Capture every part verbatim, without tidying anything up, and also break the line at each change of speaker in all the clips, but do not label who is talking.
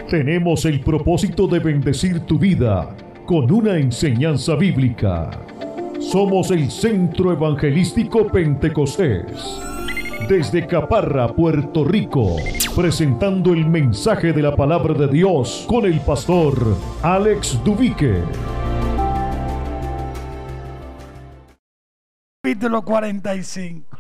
Tenemos el propósito de bendecir tu vida con una enseñanza bíblica. Somos el Centro Evangelístico Pentecostés. Desde Caparra, Puerto Rico, presentando el mensaje de la palabra de Dios con el pastor Alex Dubique.
Capítulo cuarenta y cinco.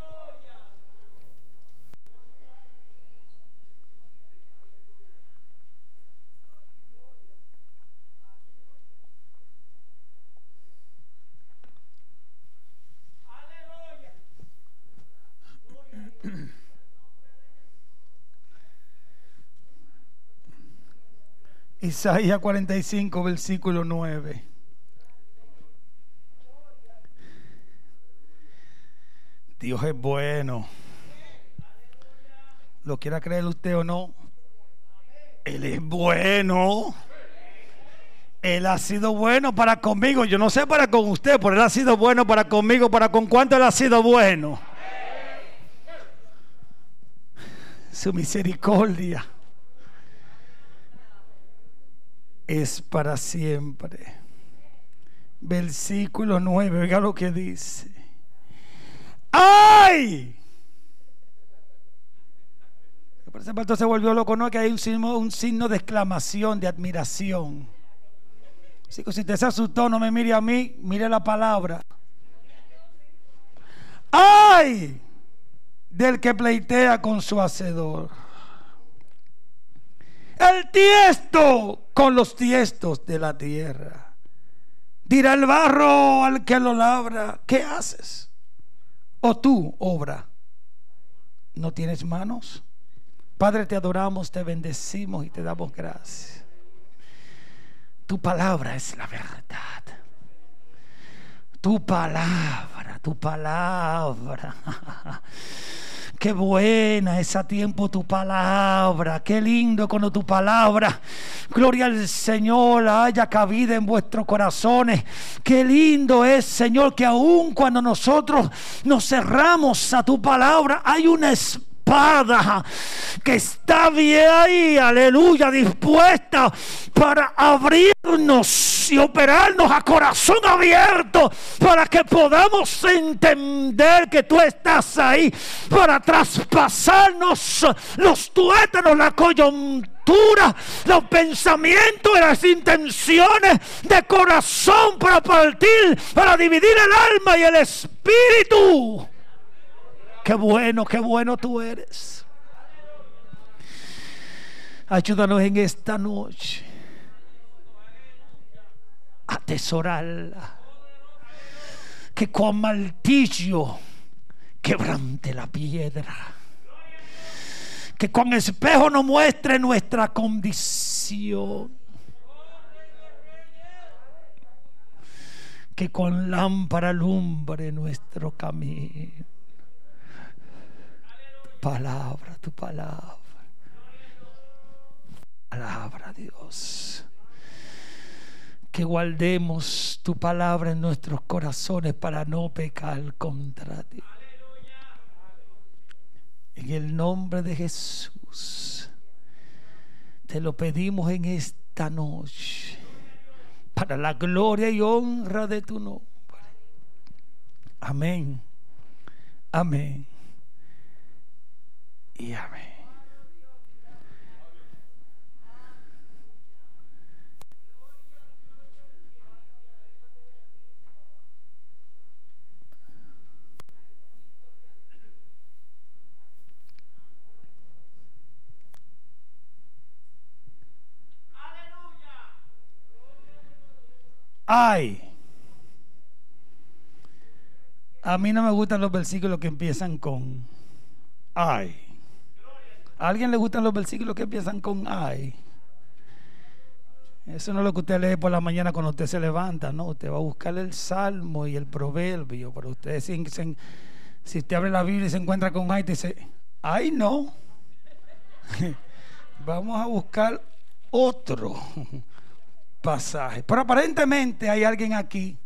Isaías cuarenta y cinco, versículo nueve. Dios es bueno. ¿Lo quiera creer usted o no? Él es bueno. Él ha sido bueno para conmigo. Yo no sé para con usted, pero Él ha sido bueno para conmigo. ¿Para con cuánto Él ha sido bueno? Su misericordia es para siempre. Versículo nueve, oiga lo que dice. ¡Ay! Ese pastor se volvió loco, ¿no? Que hay un signo, un signo de exclamación, de admiración. Así que si usted se asustó, no me mire a mí, mire la palabra. ¡Ay! Del que pleitea con su hacedor. El tiesto con los tiestos de la tierra. Dirá el barro al que lo labra: ¿qué haces? O tú, obra, ¿no tienes manos? Padre, te adoramos, te bendecimos y te damos gracias. Tu palabra es la verdad. Tu palabra, tu palabra. Qué buena es a tiempo tu palabra. Qué lindo cuando tu palabra, gloria al Señor, haya cabida en vuestros corazones. Qué lindo es, Señor, que aun cuando nosotros nos cerramos a tu palabra, hay una espada que está bien ahí, aleluya, dispuesta para abrirnos y operarnos a corazón abierto, para que podamos entender que tú estás ahí, para traspasarnos los tuétanos, la coyuntura, los pensamientos y las intenciones de corazón, para partir, para dividir el alma y el espíritu. Qué bueno, qué bueno tú eres. Ayúdanos en esta noche a atesorarla. Que con martillo quebrante la piedra. Que con espejo nos muestre nuestra condición. Que con lámpara alumbre nuestro camino. Palabra, tu palabra, palabra, Dios, que guardemos tu palabra en nuestros corazones para no pecar contra ti. En el nombre de Jesús te lo pedimos en esta noche, para la gloria y honra de tu nombre. Amén, amén y amén. Ay, a mí no me gustan los versículos que empiezan con ay. ¿A alguien le gustan los versículos que empiezan con ay? Eso no es lo que usted lee por la mañana cuando usted se levanta, no. Usted va a buscar el salmo y el proverbio. Pero usted, si, si, si usted abre la Biblia y se encuentra con ay, te dice ay, no. Vamos a buscar otro pasaje. Pero aparentemente hay alguien aquí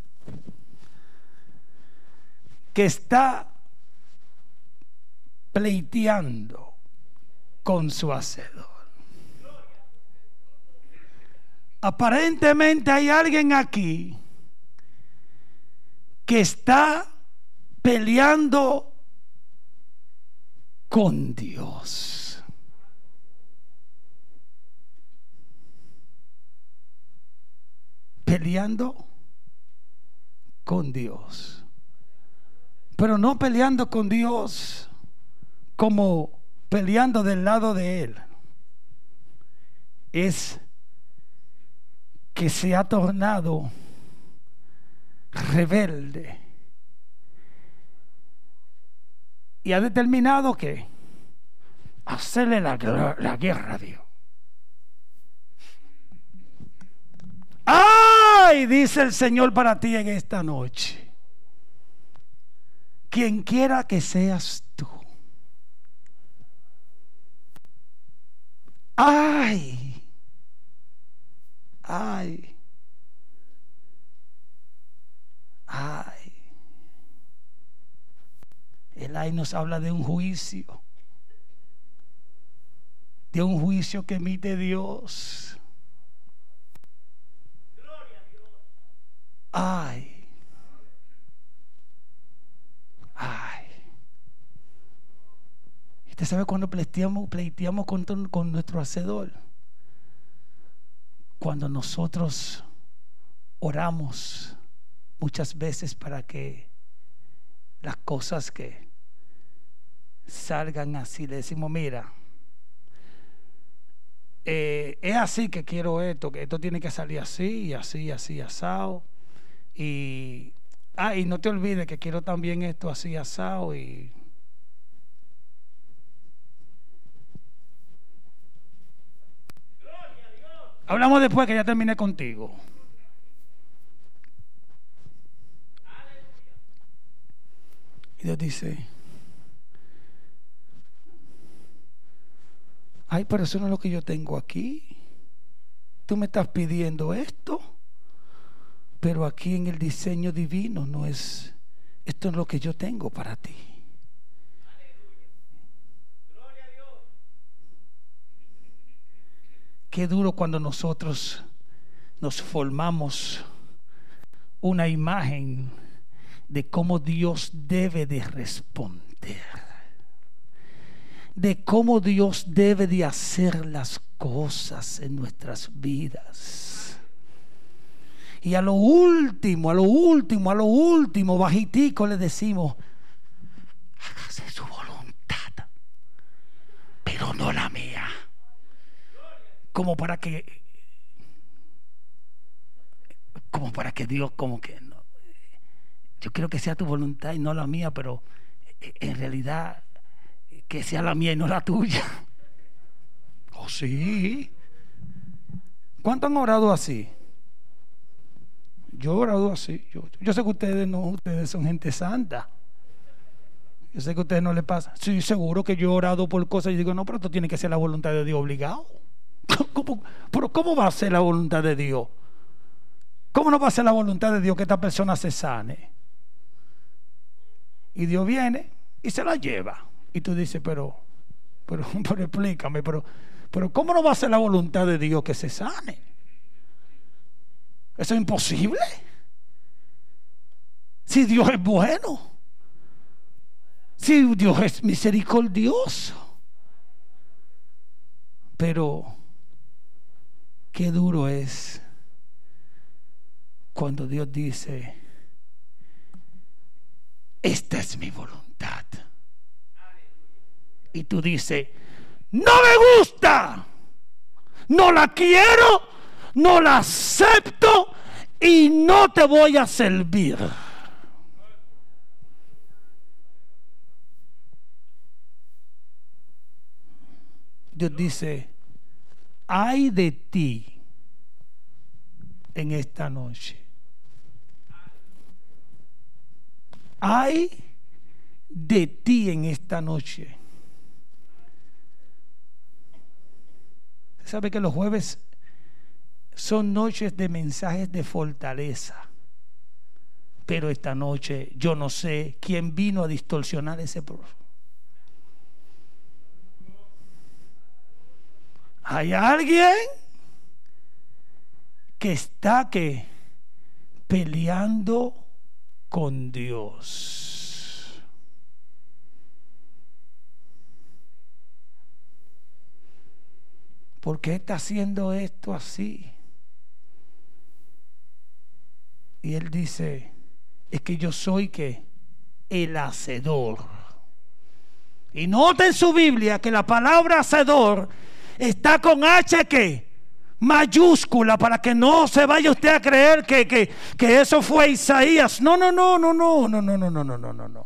que está pleiteando con su hacedor. Aparentemente hay alguien aquí que está peleando con Dios. Peleando con Dios. Pero no peleando con Dios como peleando del lado de Él. Es que se ha tornado rebelde y ha determinado que hacerle la, la guerra a Dios. ¡Ay! Dice el Señor para ti en esta noche. Quien quiera que seas tú. ¡Ay! ¡Ay! ¡Ay! El ay nos habla de un juicio. De un juicio que emite Dios. Ay, ay. ¿Usted sabe cuando pleiteamos, pleiteamos con, con nuestro hacedor? Cuando nosotros oramos muchas veces para que las cosas que salgan así, le decimos, mira, eh, es así que quiero esto, que esto tiene que salir así y así, así, asado. Y, ah, y no te olvides que quiero también esto así asado. Y hablamos después que ya terminé contigo. Y Dios dice, ay, pero eso no es lo que yo tengo aquí. Tú me estás pidiendo esto, pero aquí en el diseño divino no es, esto es lo que yo tengo para ti. Gloria a Dios. Qué duro cuando nosotros nos formamos una imagen de cómo Dios debe de responder, de cómo Dios debe de hacer las cosas en nuestras vidas. Y a lo último, a lo último, a lo último, bajitico le decimos, hágase su voluntad, pero no la mía. Como para que, como para que Dios, como que no, yo quiero que sea tu voluntad y no la mía, pero en realidad que sea la mía y no la tuya. Oh, sí. ¿Cuántos han orado así? Yo he orado así. Yo, yo sé que ustedes no, ustedes son gente santa. Yo sé que a ustedes no les pasa. Sí, seguro que yo he orado por cosas y digo, no, pero esto tiene que ser la voluntad de Dios obligado. ¿Cómo, pero ¿cómo va a ser la voluntad de Dios? ¿Cómo no va a ser la voluntad de Dios que esta persona se sane? Y Dios viene y se la lleva. Y tú dices, pero, pero, pero explícame, pero, pero ¿cómo no va a ser la voluntad de Dios que se sane? Eso es imposible. Si Dios es bueno, si Dios es misericordioso. Pero qué duro es cuando Dios dice, esta es mi voluntad. Y tú dices, no me gusta, no la quiero, no la acepto y no te voy a servir. Dios dice, ay de ti en esta noche. Ay de ti en esta noche. ¿Sabe que los jueves son noches de mensajes de fortaleza? Pero esta noche yo no sé quién vino a distorsionar ese programa. ¿Hay alguien que está que peleando con Dios. ¿Por qué está haciendo esto así? Y él dice, es que yo soy que el hacedor. Y nota en su Biblia que la palabra hacedor está con H que mayúscula, para que no se vaya usted a creer que, que, que eso fue Isaías. No, no, no, no, no, no, no, no, no, no, no, no, no.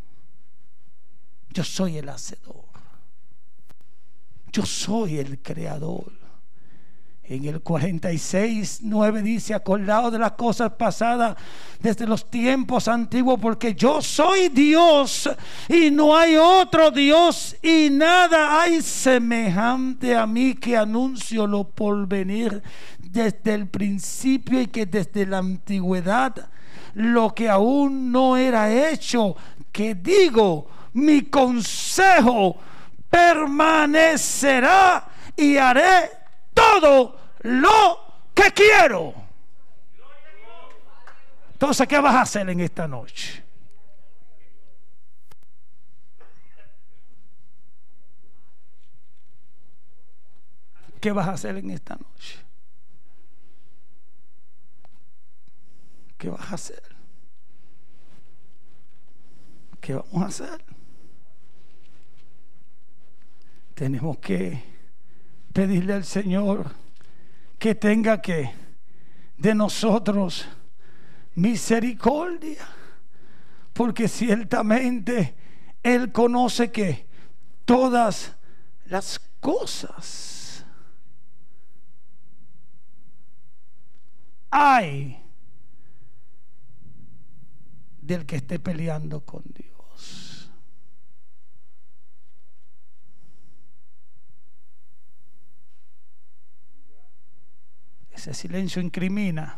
Yo soy el hacedor. Yo soy el creador. En el cuarenta y seis, nueve dice, acordado de las cosas pasadas desde los tiempos antiguos, porque yo soy Dios y no hay otro Dios, y nada hay semejante a mí, que anuncio lo por venir desde el principio, y que desde la antigüedad lo que aún no era hecho, que digo, mi consejo permanecerá y haré todo lo que quiero. Entonces, ¿qué vas a hacer en esta noche? ¿Qué vas a hacer en esta noche? ¿Qué vas a hacer? ¿Qué vamos a hacer? Tenemos que pedirle al Señor que tenga que de nosotros misericordia, porque ciertamente Él conoce que todas las cosas hay del que esté peleando con Dios. Ese silencio incrimina.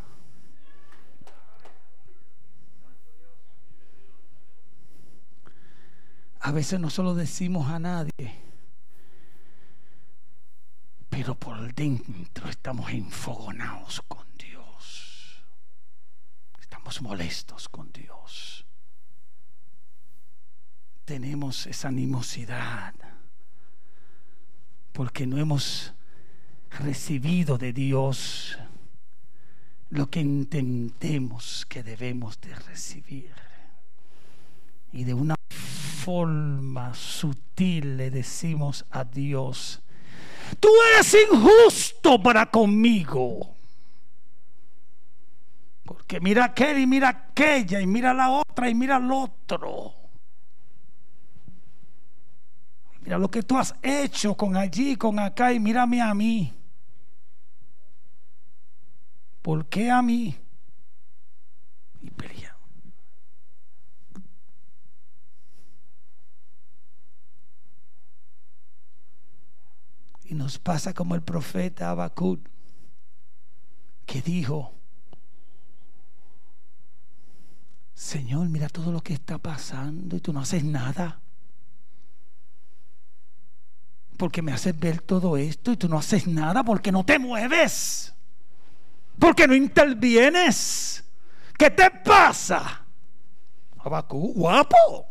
A veces no se lo decimos a nadie, pero por dentro estamos enfogonados con Dios. Estamos molestos con Dios. Tenemos esa animosidad porque no hemos recibido de Dios lo que entendemos que debemos de recibir, y de una forma sutil le decimos a Dios: tú eres injusto para conmigo, porque mira aquel y mira aquella y mira la otra y mira al otro. Mira lo que tú has hecho con allí, con acá, y mírame a mí. ¿Por qué a mí? Y pelea. Y nos pasa como el profeta Habacuc, que dijo: Señor, mira todo lo que está pasando y tú no haces nada. Porque me haces ver todo esto y tú no haces nada, porque no te mueves, porque no intervienes. ¿Qué te pasa? Habacuc, guapo.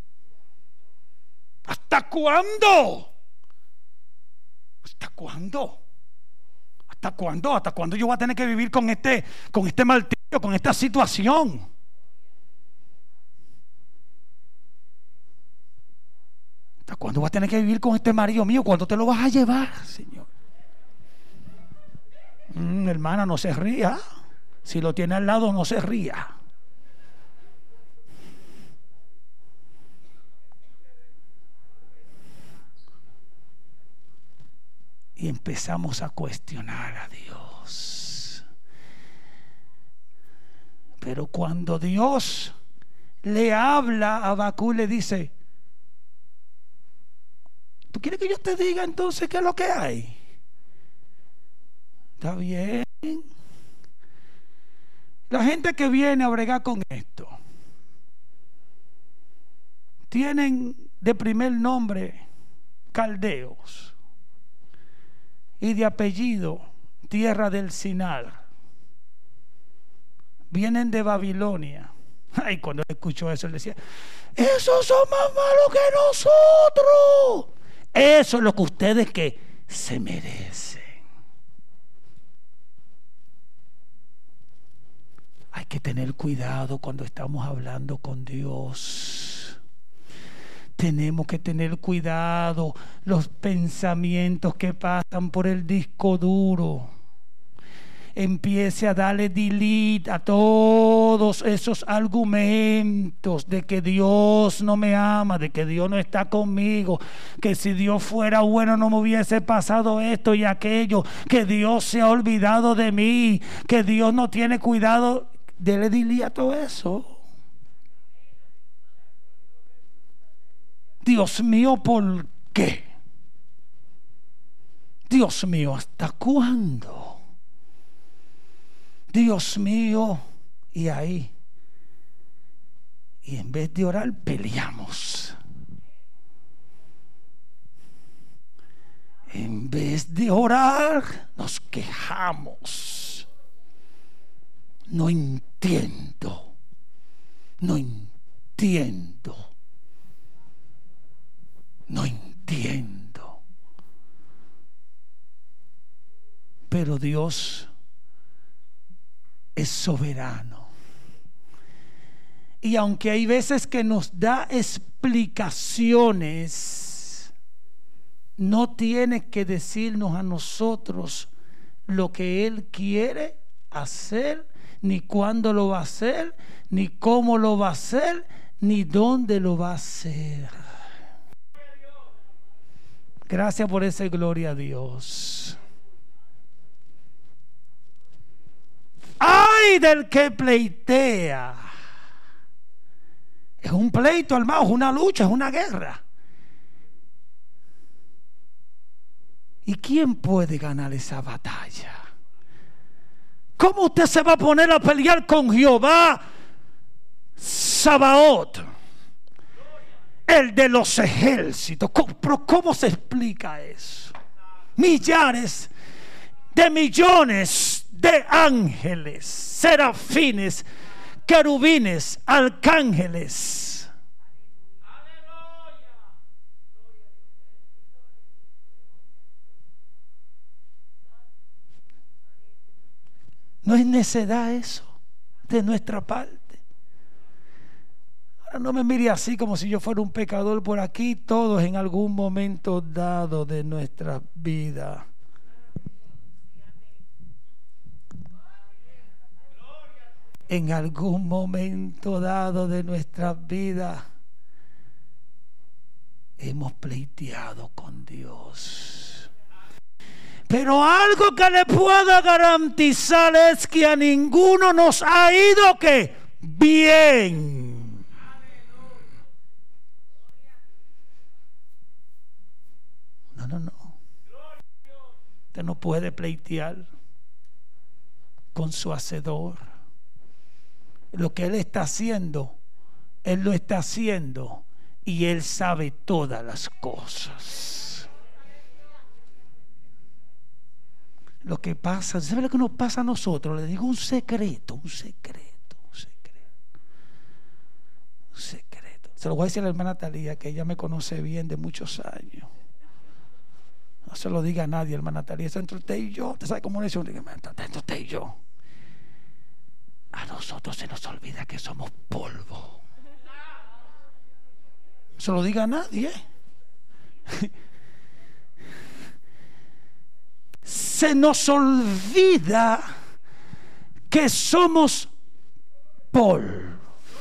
¿Hasta cuándo? ¿Hasta cuándo? ¿Hasta cuándo? ¿Hasta cuándo yo voy a tener que vivir con este, con este martirio, con esta situación? ¿Hasta cuándo vas a tener que vivir con este marido mío? ¿Cuándo te lo vas a llevar, Señor? Mm, hermana, no se ría. Si lo tiene al lado, no se ría. Y empezamos a cuestionar a Dios. Pero cuando Dios le habla a Habacuc, le dice: ¿tú quieres que yo te diga entonces qué es lo que hay? Está bien. La gente que viene a bregar con esto tienen de primer nombre caldeos y de apellido tierra del Sinar. vienen de Babilonia. Ay, cuando él escuchó eso, él decía, esos son más malos que nosotros. Eso es lo que ustedes que se merecen. Hay que tener cuidado cuando estamos hablando con Dios. Tenemos que tener cuidado los pensamientos que pasan por el disco duro. Empiece a darle delete a todos esos argumentos de que Dios no me ama, de que Dios no está conmigo, que si Dios fuera bueno no me hubiese pasado esto y aquello, que Dios se ha olvidado de mí, que Dios no tiene cuidado. Dele delete a todo eso. Dios mío, ¿por qué? Dios mío, ¿hasta cuándo? Dios mío, y ahí, y en vez de orar, peleamos. En vez de orar, nos quejamos. No entiendo, no entiendo, no entiendo. Pero Dios es soberano. Y aunque hay veces que nos da explicaciones, no tiene que decirnos a nosotros lo que Él quiere hacer, ni cuándo lo va a hacer, ni cómo lo va a hacer, ni dónde lo va a hacer. Gracias por esa gloria a Dios. ¡Ay del que pleitea! Es un pleito, hermano, es una lucha, es una guerra. ¿Y quién puede ganar esa batalla? ¿Cómo usted se va a poner a pelear con Jehová Sabaoth, el de los ejércitos? ¿Pero cómo se explica eso? Millares de millones de ángeles, serafines, querubines, arcángeles. No es necedad eso de nuestra parte. Ahora no me mire así como si yo fuera un pecador por aquí. Todos en algún momento dado de nuestra vida en algún momento dado de nuestra vida hemos pleiteado con Dios. Pero algo que le puedo garantizar es que a ninguno nos ha ido que bien. No, no, no. Usted no puede pleitear con su hacedor. Lo que Él está haciendo, Él lo está haciendo y Él sabe todas las cosas. Lo que pasa, ¿sabe lo que nos pasa a nosotros? Le digo un secreto, un secreto, un secreto, un secreto. Se lo voy a decir a la hermana Talía, que ella me conoce bien de muchos años. No se lo diga a nadie, hermana Talía. Eso entre usted y yo. ¿Usted sabe cómo le dice? Entre usted y yo. A nosotros se nos olvida que somos polvo. No se lo diga a nadie. Se nos olvida que somos polvo.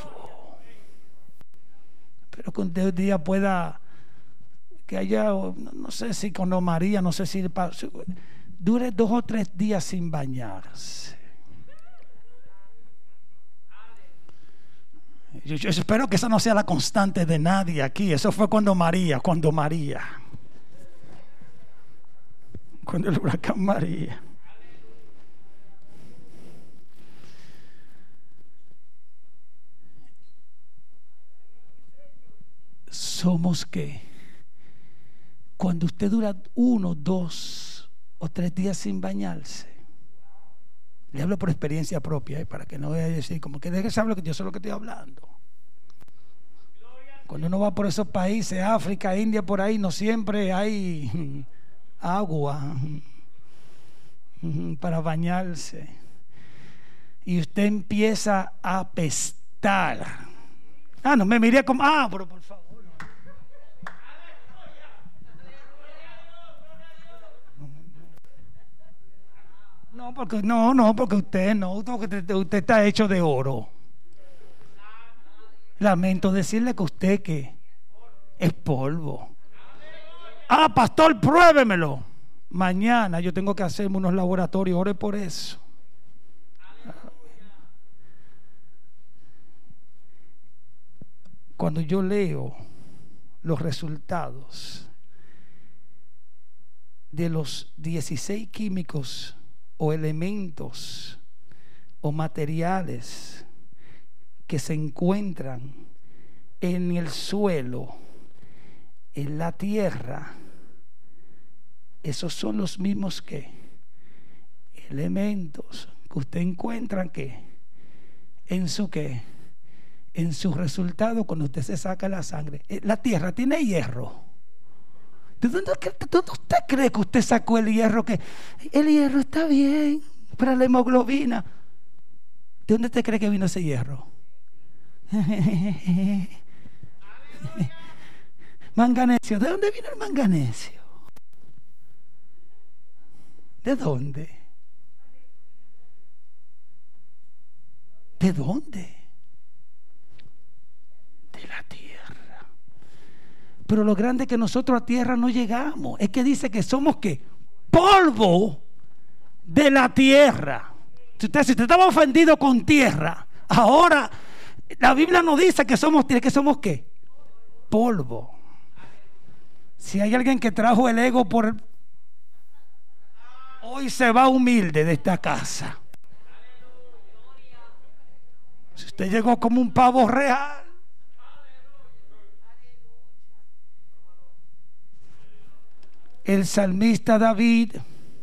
Pero que un día pueda, que haya, no sé si con María, no sé si dure dos o tres días sin bañarse. Yo, yo espero que esa no sea la constante de nadie aquí. Eso fue cuando María, cuando María. Cuando el huracán María. Somos que cuando usted dura uno, dos o tres días sin bañarse, Le hablo por experiencia propia, ¿eh? Para que no vaya a decir como que deje saber lo que yo sé lo que estoy hablando. Cuando uno va por esos países, África, India, por ahí, no siempre hay agua para bañarse. Y usted empieza a apestar. Ah, no me miré como, ah, pero por favor. No, porque no, no, porque usted no, porque usted, usted está hecho de oro. Lamento decirle que usted que es polvo. Ah, pastor, pruébemelo. Mañana yo tengo que hacerme unos laboratorios, ore por eso. Cuando yo leo los resultados de los dieciséis químicos o elementos o materiales que se encuentran en el suelo, en la tierra, esos son los mismos que elementos que usted encuentra que en su que en su resultado cuando usted se saca la sangre. La tierra tiene hierro. ¿De dónde, de dónde usted cree que usted sacó el hierro? Que el hierro está bien para la hemoglobina. ¿De dónde usted cree que vino ese hierro? Manganesio. ¿De dónde vino el manganesio? ¿De dónde? ¿De dónde? De la tierra. Pero lo grande es que nosotros a tierra no llegamos. Es que dice que somos ¿qué? Polvo de la tierra. Si usted, si usted estaba ofendido con tierra, ahora la Biblia nos dice que somos que somos ¿qué? Polvo. Si hay alguien que trajo el ego por hoy se va humilde de esta casa. Si usted llegó como un pavo real, el salmista David,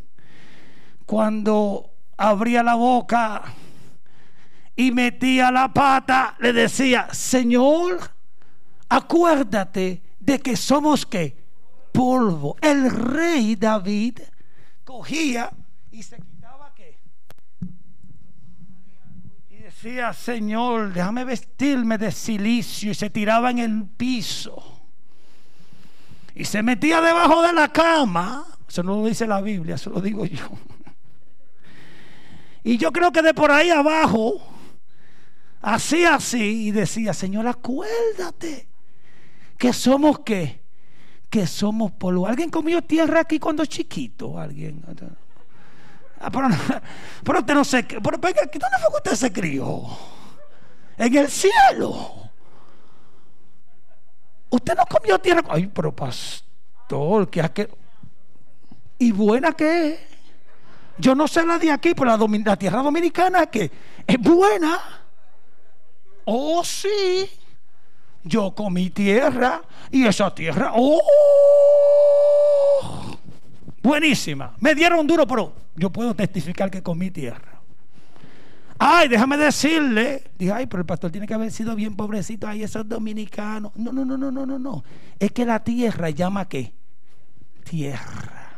cuando abría la boca y metía la pata, le decía: Señor, acuérdate de que somos ¿qué? Polvo. El rey David cogía y se quitaba ¿qué? Y decía: Señor, déjame vestirme de silicio, y se tiraba en el piso y se metía debajo de la cama. Eso no lo dice la Biblia, eso lo digo yo. Y yo creo que de por ahí abajo hacía así y decía: Señor, acuérdate que somos ¿qué? Que somos polvo. ¿Alguien comió tierra aquí cuando chiquito? ¿Alguien? Ah, pero, pero usted no sé, pero venga, ¿dónde fue que usted se crió? En el cielo. Usted no comió tierra. Ay, pero pastor, ¿qué que y buena que es. Yo no sé la de aquí, pero la, domin, la tierra dominicana que es buena. Oh, sí. Yo comí tierra y esa tierra, oh, buenísima. Me dieron duro, pero yo puedo testificar que comí tierra. Ay, déjame decirle. Dije: ay, pero el pastor tiene que haber sido bien pobrecito. Ay, esos dominicanos. No, no, no, no, no, no, no. Es que la tierra llama ¿qué? Tierra.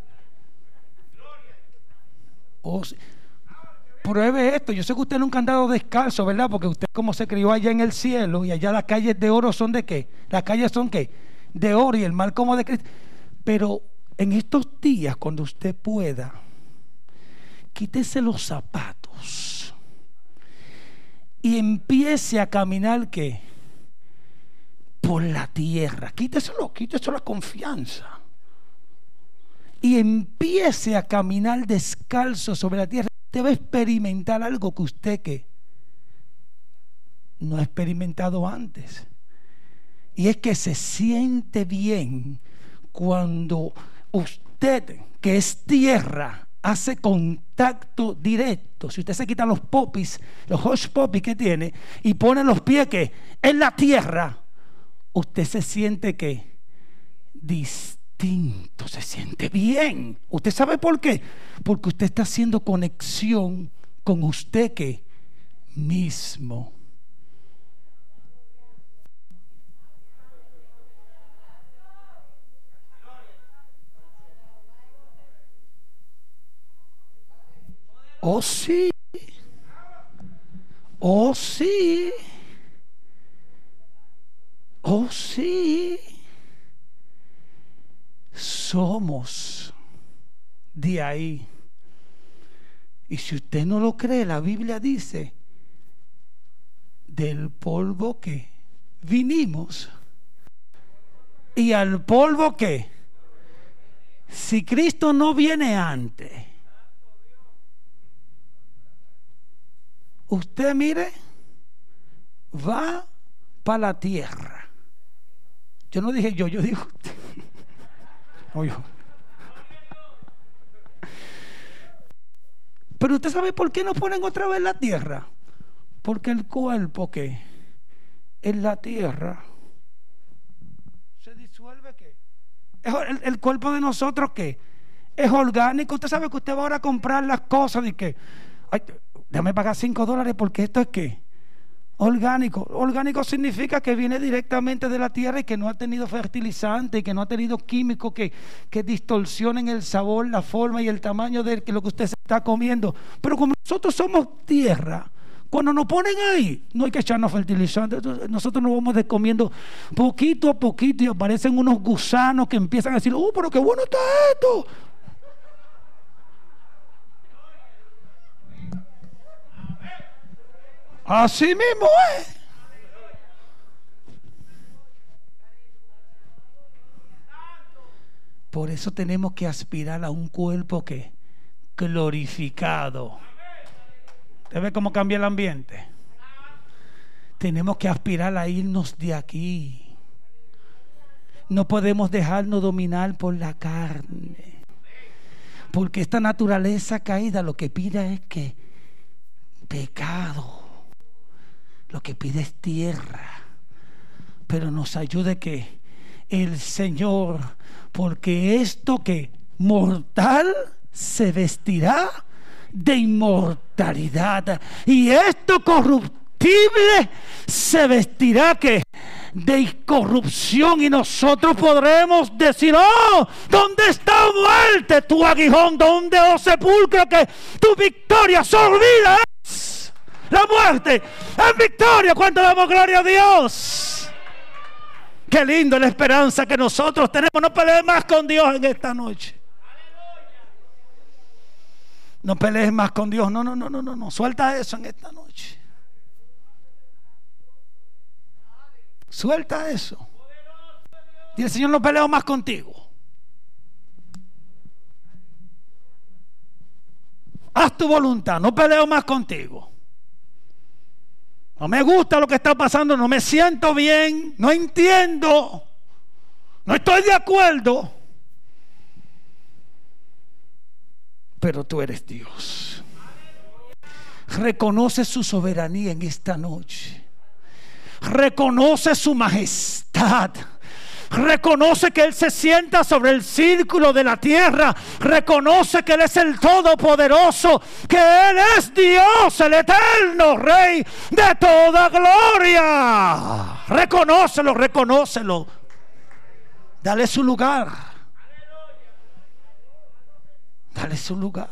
Oh, sí. Pruebe esto. Yo sé que usted nunca ha andado descalzo, ¿verdad? Porque usted como se crió allá en el cielo, y allá las calles de oro son de ¿qué? Las calles son ¿qué? De oro, y el mar como de Cristo. Pero en estos días, cuando usted pueda, quítese los zapatos y empiece a caminar ¿qué? Por la tierra. Quíteselo, quítese la confianza y empiece a caminar descalzo sobre la tierra. Usted va a experimentar algo que usted ¿qué? No ha experimentado antes. Y es que se siente bien cuando usted, que es tierra, hace contacto directo. Si usted se quita los popis, los hush popis que tiene, y pone los pies ¿qué? En la tierra, usted se siente ¿qué? Distinto. Se siente bien. ¿Usted sabe por qué? Porque usted está haciendo conexión con usted que mismo. Oh sí, oh sí, oh sí, somos de ahí. Y si usted no lo cree, la Biblia dice, del polvo que vinimos y al polvo que, si Cristo no viene antes, usted mire, va para la tierra. Yo no dije yo, yo digo usted. No, yo. Pero usted sabe por qué nos ponen otra vez la tierra. Porque el cuerpo que en la tierra se disuelve que el, el cuerpo de nosotros que es orgánico. Usted sabe que usted va ahora a comprar las cosas y que ay, déjame pagar cinco dólares porque esto es que orgánico. Orgánico significa que viene directamente de la tierra y que no ha tenido fertilizante y que no ha tenido químicos que, que distorsionen el sabor, la forma y el tamaño de lo que usted se está comiendo. Pero como nosotros somos tierra, cuando nos ponen ahí, no hay que echarnos fertilizantes. Nosotros nos vamos comiendo poquito a poquito y aparecen unos gusanos que empiezan a decir, ¡oh, pero qué bueno está esto! Así mismo es. Por eso tenemos que aspirar a un cuerpo que glorificado. ¿Usted ve cómo cambia el ambiente? Tenemos que aspirar a irnos de aquí. No podemos dejarnos dominar por la carne, porque esta naturaleza caída lo que pide es que pecado. Lo que pide es tierra, pero nos ayude que el Señor, porque esto que mortal se vestirá de inmortalidad y esto corruptible se vestirá que de incorrupción, y nosotros podremos decir, oh, ¿dónde está muerte tu aguijón? ¿Dónde, oh sepulcro, que tu victoria sorbida es? La muerte es victoria. ¿Cuánto damos gloria a Dios? Qué lindo la esperanza que nosotros tenemos. No pelees más con Dios en esta noche. No pelees más con Dios. No, no, no, no, no, no. Suelta eso en esta noche. Suelta eso. Dile, Señor, no peleo más contigo. Haz tu voluntad. No peleo más contigo. No me gusta lo que está pasando. No me siento bien. No entiendo. No estoy de acuerdo. Pero tú eres Dios. Reconoce su soberanía en esta noche. Reconoce su majestad. Reconoce que Él se sienta sobre el círculo de la tierra. Reconoce que Él es el Todopoderoso, que Él es Dios, el eterno Rey de toda gloria. Reconócelo, reconócelo. Dale su lugar. Dale su lugar.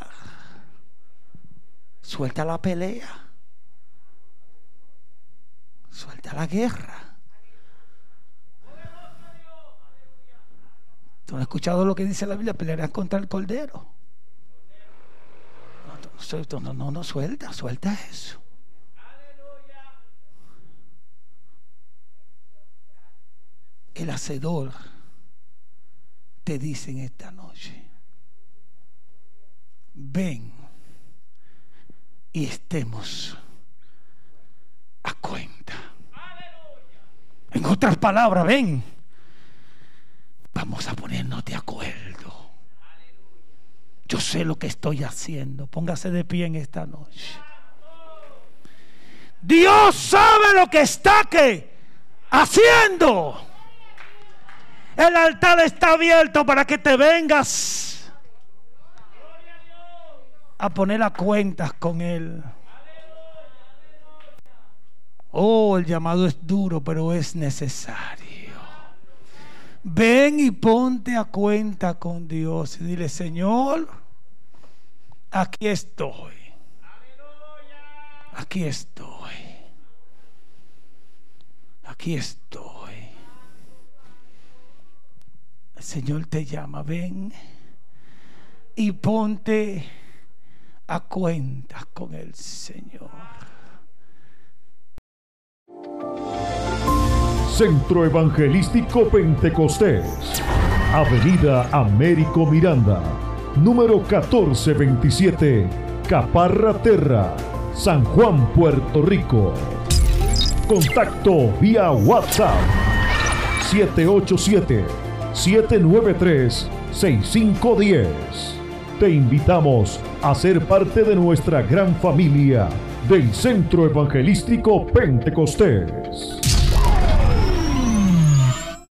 Suelta la pelea. Suelta la guerra. ¿Tú no has escuchado lo que dice la Biblia? Pelearán contra el Cordero. No, no, no, no, suelta, suelta eso. El Hacedor te dice en esta noche: ven y estemos a cuenta. En otras palabras, ven, vamos a ponernos de acuerdo. Yo sé lo que estoy haciendo. Póngase de pie en esta noche. Dios sabe lo que está ¿qué? haciendo. El altar está abierto para que te vengas a poner a cuentas con Él. Oh, el llamado es duro, pero es necesario. Ven y ponte a cuenta con Dios y dile: Señor, aquí estoy. Aquí estoy. Aquí estoy. El Señor te llama. Ven y ponte a cuentas con el Señor.
Centro Evangelístico Pentecostés, Avenida Américo Miranda, número catorce veintisiete, Caparra Terra, San Juan, Puerto Rico. Contacto vía WhatsApp siete ocho siete, siete nueve tres, seis cinco uno cero. Te invitamos a ser parte de nuestra gran familia del Centro Evangelístico Pentecostés.